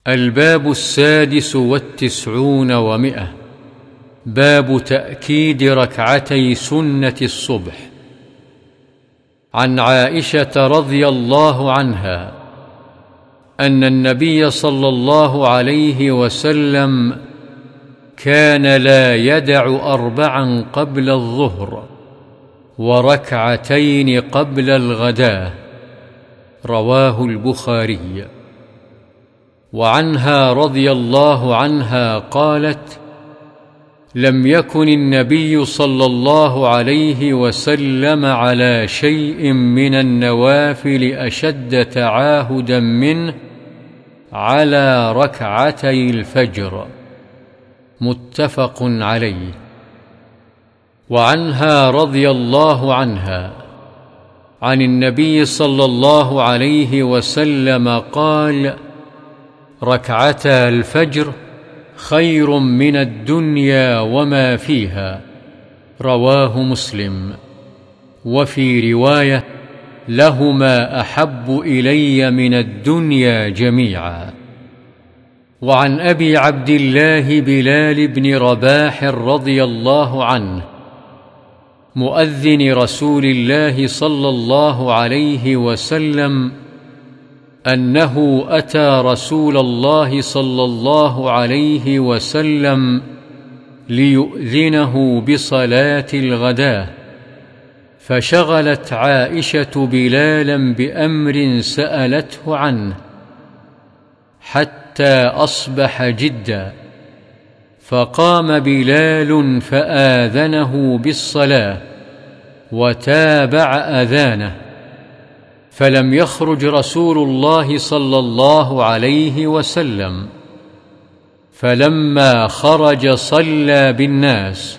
الباب 96 و100. باب تأكيد ركعتي سنة الصبح. عن عائشة رضي الله عنها أن النبي صلى الله عليه وسلم كان لا يدع 4 قبل الظهر وركعتين قبل الغداة. رواه البخاري. وعنها رضي الله عنها قالت: لم يكن النبي صلى الله عليه وسلم على شيء من النوافل أشد تعاهدا منه على ركعتي الفجر. متفق عليه. وعنها رضي الله عنها عن النبي صلى الله عليه وسلم قال: ركعتا الفجر خير من الدنيا وما فيها. رواه مسلم. وفي رواية: لهما أحب إلي من الدنيا جميعا. وعن أبي عبد الله بلال بن رباح رضي الله عنه مؤذن رسول الله صلى الله عليه وسلم أنه أتى رسول الله صلى الله عليه وسلم ليؤذنه بصلاة الغداة، فشغلت عائشة بلالا بأمر سألته عنه حتى أصبح جدا، فقام بلال فآذنه بالصلاة وتابع أذانه، فلم يخرج رسول الله صلى الله عليه وسلم، فلما خرج صلى بالناس،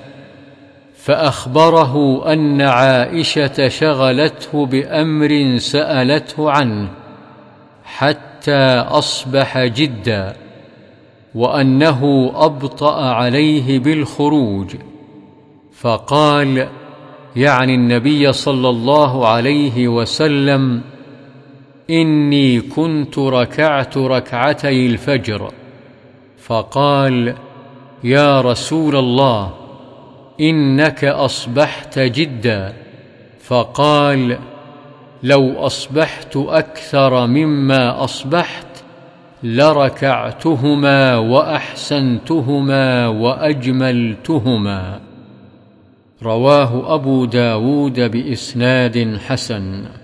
فأخبره أن عائشة شغلته بأمر سألته عنه حتى أصبح جدا، وأنه أبطأ عليه بالخروج، فقال يعني النبي صلى الله عليه وسلم: إني كنت ركعت ركعتي الفجر. فقال: يا رسول الله إنك أصبحت جدا. فقال: لو أصبحت أكثر مما أصبحت لركعتهما وأحسنتهما وأجملتهما. رواه أبو داود بإسناد حسن.